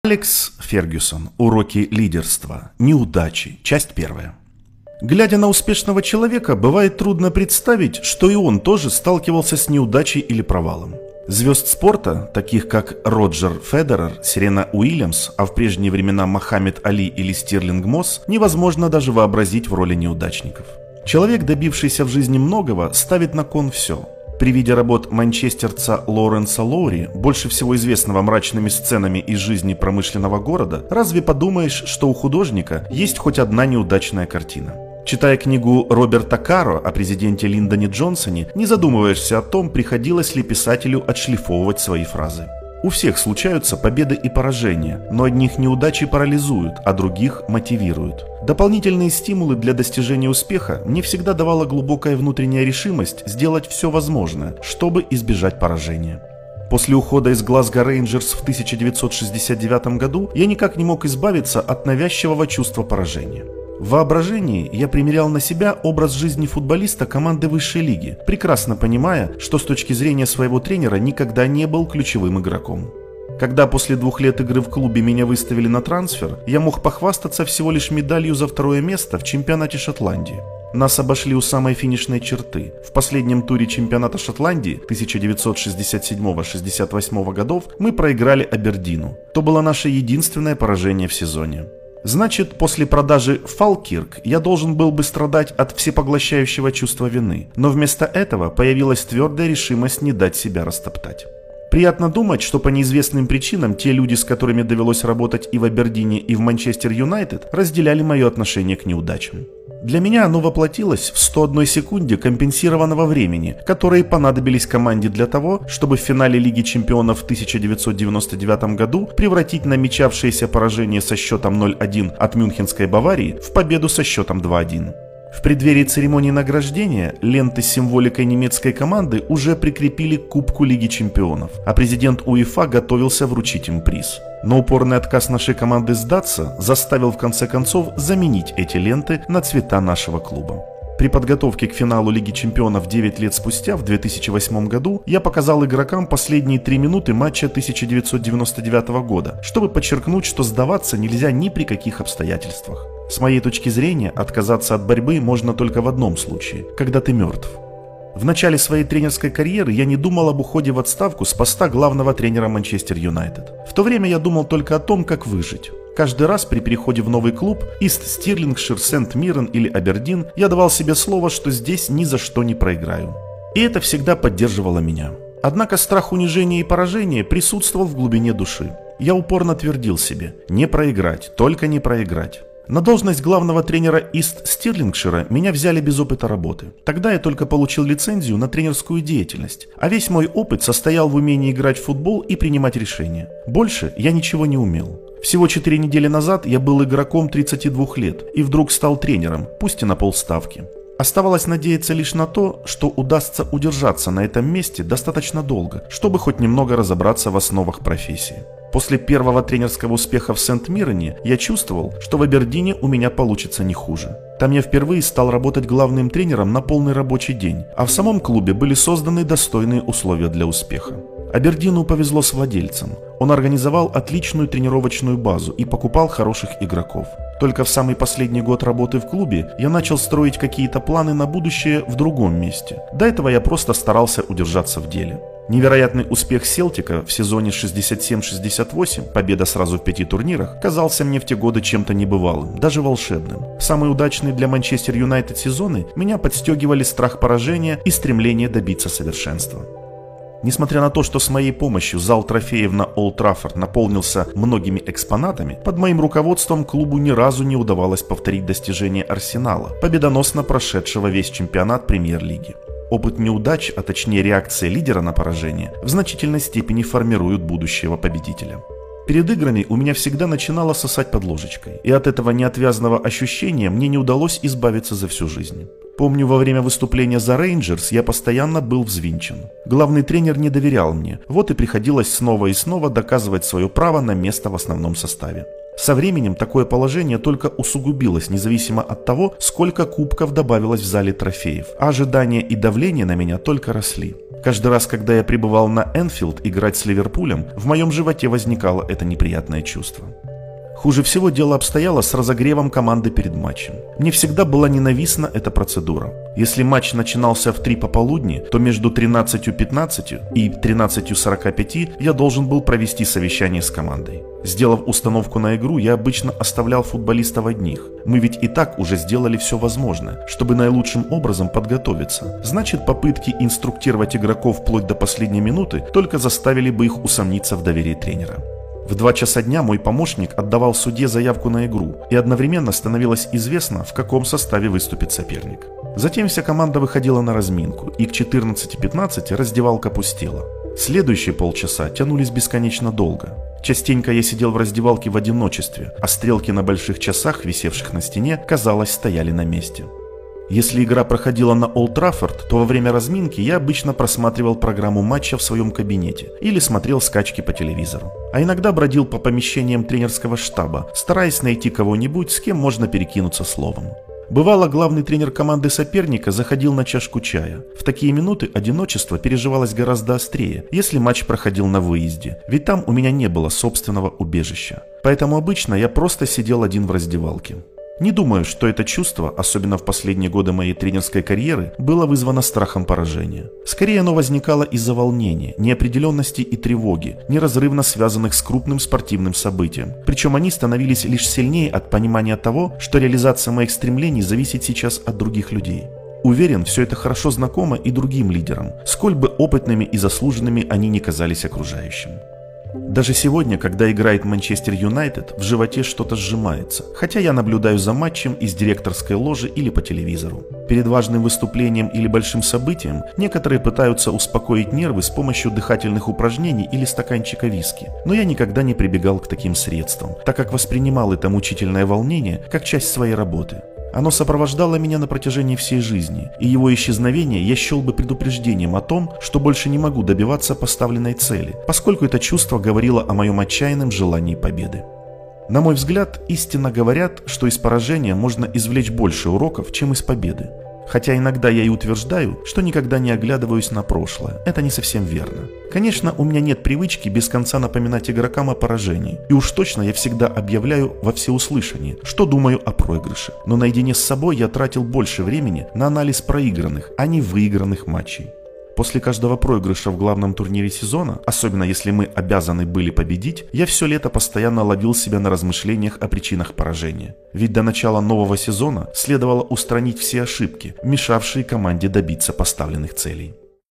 Алекс Фергюсон. Уроки лидерства. Неудачи. Часть первая. Глядя на успешного человека, бывает трудно представить, что и он тоже сталкивался с неудачей или провалом. Звезд спорта, таких как Роджер Федерер, Серена Уильямс, а в прежние времена Мохаммед Али или Стирлинг Мосс, невозможно даже вообразить в роли неудачников. Человек, добившийся в жизни многого, ставит на кон все. При виде работ манчестерца Лоуренса Лоури, больше всего известного мрачными сценами из жизни промышленного города, разве подумаешь, что у художника есть хоть одна неудачная картина? Читая книгу Роберта Каро о президенте Линдоне Джонсоне, не задумываешься о том, приходилось ли писателю отшлифовывать свои фразы. У всех случаются победы и поражения, но одних неудачи парализуют, а других мотивируют. Дополнительные стимулы для достижения успеха мне всегда давала глубокая внутренняя решимость сделать все возможное, чтобы избежать поражения. После ухода из Глазго Рейнджерс в 1969 году я никак не мог избавиться от навязчивого чувства поражения. В воображении я примерял на себя образ жизни футболиста команды высшей лиги, прекрасно понимая, что с точки зрения своего тренера никогда не был ключевым игроком. Когда после 2 лет игры в клубе меня выставили на трансфер, я мог похвастаться всего лишь медалью за 2-е место в чемпионате Шотландии. Нас обошли у самой финишной черты. В последнем туре чемпионата Шотландии 1967-68 годов мы проиграли Абердину. То было наше единственное поражение в сезоне. Значит, после продажи Фалкирк я должен был бы страдать от всепоглощающего чувства вины, но вместо этого появилась твердая решимость не дать себя растоптать. Приятно думать, что по неизвестным причинам те люди, с которыми довелось работать и в Абердине, и в Манчестер Юнайтед, разделяли мое отношение к неудачам. Для меня оно воплотилось в 101 секунде компенсированного времени, которые понадобились команде для того, чтобы в финале Лиги Чемпионов в 1999 году превратить намечавшееся поражение со счетом 0-1 от Мюнхенской Баварии в победу со счетом 2-1. В преддверии церемонии награждения ленты с символикой немецкой команды уже прикрепили к Кубку Лиги Чемпионов, а президент УЕФА готовился вручить им приз. Но упорный отказ нашей команды сдаться заставил в конце концов заменить эти ленты на цвета нашего клуба. При подготовке к финалу Лиги Чемпионов 9 лет спустя, в 2008 году, я показал игрокам последние 3 минуты матча 1999 года, чтобы подчеркнуть, что сдаваться нельзя ни при каких обстоятельствах. С моей точки зрения, отказаться от борьбы можно только в одном случае, когда ты мертв. В начале своей тренерской карьеры я не думал об уходе в отставку с поста главного тренера Манчестер Юнайтед. В то время я думал только о том, как выжить. Каждый раз при переходе в новый клуб, Ист Стирлингшир, Сент-Миррен или Абердин, я давал себе слово, что здесь ни за что не проиграю. И это всегда поддерживало меня. Однако страх унижения и поражения присутствовал в глубине души. Я упорно твердил себе: не проиграть, только не проиграть. На должность главного тренера Ист Стирлингшира меня взяли без опыта работы. Тогда я только получил лицензию на тренерскую деятельность, а весь мой опыт состоял в умении играть в футбол и принимать решения. Больше я ничего не умел. Всего 4 недели назад я был игроком 32 лет и вдруг стал тренером, пусть и на полставки. Оставалось надеяться лишь на то, что удастся удержаться на этом месте достаточно долго, чтобы хоть немного разобраться в основах профессии. После первого тренерского успеха в Сент-Миррене я чувствовал, что в Абердине у меня получится не хуже. Там я впервые стал работать главным тренером на полный рабочий день, а в самом клубе были созданы достойные условия для успеха. Абердину повезло с владельцем. Он организовал отличную тренировочную базу и покупал хороших игроков. Только в самый последний год работы в клубе я начал строить какие-то планы на будущее в другом месте. До этого я просто старался удержаться в деле. Невероятный успех Селтика в сезоне 67-68, победа сразу в 5 турнирах, казался мне в те годы чем-то небывалым, даже волшебным. Самые удачные для Манчестер Юнайтед сезоны меня подстегивали страх поражения и стремление добиться совершенства. Несмотря на то, что с моей помощью зал трофеев на Олд Траффорд наполнился многими экспонатами, под моим руководством клубу ни разу не удавалось повторить достижения Арсенала, победоносно прошедшего весь чемпионат Премьер-лиги. Опыт неудач, а точнее реакция лидера на поражение, в значительной степени формируют будущего победителя. Перед играми у меня всегда начинало сосать под ложечкой, и от этого неотвязного ощущения мне не удалось избавиться за всю жизнь. Помню, во время выступления за Рейнджерс я постоянно был взвинчен. Главный тренер не доверял мне, вот и приходилось снова и снова доказывать свое право на место в основном составе. Со временем такое положение только усугубилось, независимо от того, сколько кубков добавилось в зале трофеев, а ожидания и давление на меня только росли. Каждый раз, когда я прибывал на Энфилд играть с Ливерпулем, в моем животе возникало это неприятное чувство. Хуже всего дело обстояло с разогревом команды перед матчем. Мне всегда была ненавистна эта процедура. Если матч начинался в 3 пополудни, то между 13:15 и 13:45 я должен был провести совещание с командой. Сделав установку на игру, я обычно оставлял футболистов одних. Мы ведь и так уже сделали все возможное, чтобы наилучшим образом подготовиться. Значит, попытки инструктировать игроков вплоть до последней минуты только заставили бы их усомниться в доверии тренера. В 2 часа дня мой помощник отдавал судье заявку на игру, и одновременно становилось известно, в каком составе выступит соперник. Затем вся команда выходила на разминку, и к 14:15 раздевалка пустела. Следующие полчаса тянулись бесконечно долго. Частенько я сидел в раздевалке в одиночестве, а стрелки на больших часах, висевших на стене, казалось, стояли на месте. Если игра проходила на Олд Траффорд, то во время разминки я обычно просматривал программу матча в своем кабинете или смотрел скачки по телевизору. А иногда бродил по помещениям тренерского штаба, стараясь найти кого-нибудь, с кем можно перекинуться словом. Бывало, главный тренер команды соперника заходил на чашку чая. В такие минуты одиночество переживалось гораздо острее, если матч проходил на выезде, ведь там у меня не было собственного убежища. Поэтому обычно я просто сидел один в раздевалке. Не думаю, что это чувство, особенно в последние годы моей тренерской карьеры, было вызвано страхом поражения. Скорее оно возникало из-за волнения, неопределенности и тревоги, неразрывно связанных с крупным спортивным событием. Причем они становились лишь сильнее от понимания того, что реализация моих стремлений зависит сейчас от других людей. Уверен, все это хорошо знакомо и другим лидерам, сколь бы опытными и заслуженными они ни казались окружающим. Даже сегодня, когда играет Манчестер Юнайтед, в животе что-то сжимается, хотя я наблюдаю за матчем из директорской ложи или по телевизору. Перед важным выступлением или большим событием некоторые пытаются успокоить нервы с помощью дыхательных упражнений или стаканчика виски, но я никогда не прибегал к таким средствам, так как воспринимал это мучительное волнение как часть своей работы. Оно сопровождало меня на протяжении всей жизни, и его исчезновение я счел бы предупреждением о том, что больше не могу добиваться поставленной цели, поскольку это чувство говорило о моем отчаянном желании победы. На мой взгляд, истинно говорят, что из поражения можно извлечь больше уроков, чем из победы. Хотя иногда я и утверждаю, что никогда не оглядываюсь на прошлое. Это не совсем верно. Конечно, у меня нет привычки без конца напоминать игрокам о поражении. И уж точно я всегда объявляю во всеуслышание, что думаю о проигрыше. Но наедине с собой я тратил больше времени на анализ проигранных, а не выигранных матчей. После каждого проигрыша в главном турнире сезона, особенно если мы обязаны были победить, я все лето постоянно ловил себя на размышлениях о причинах поражения. Ведь до начала нового сезона следовало устранить все ошибки, мешавшие команде добиться поставленных целей.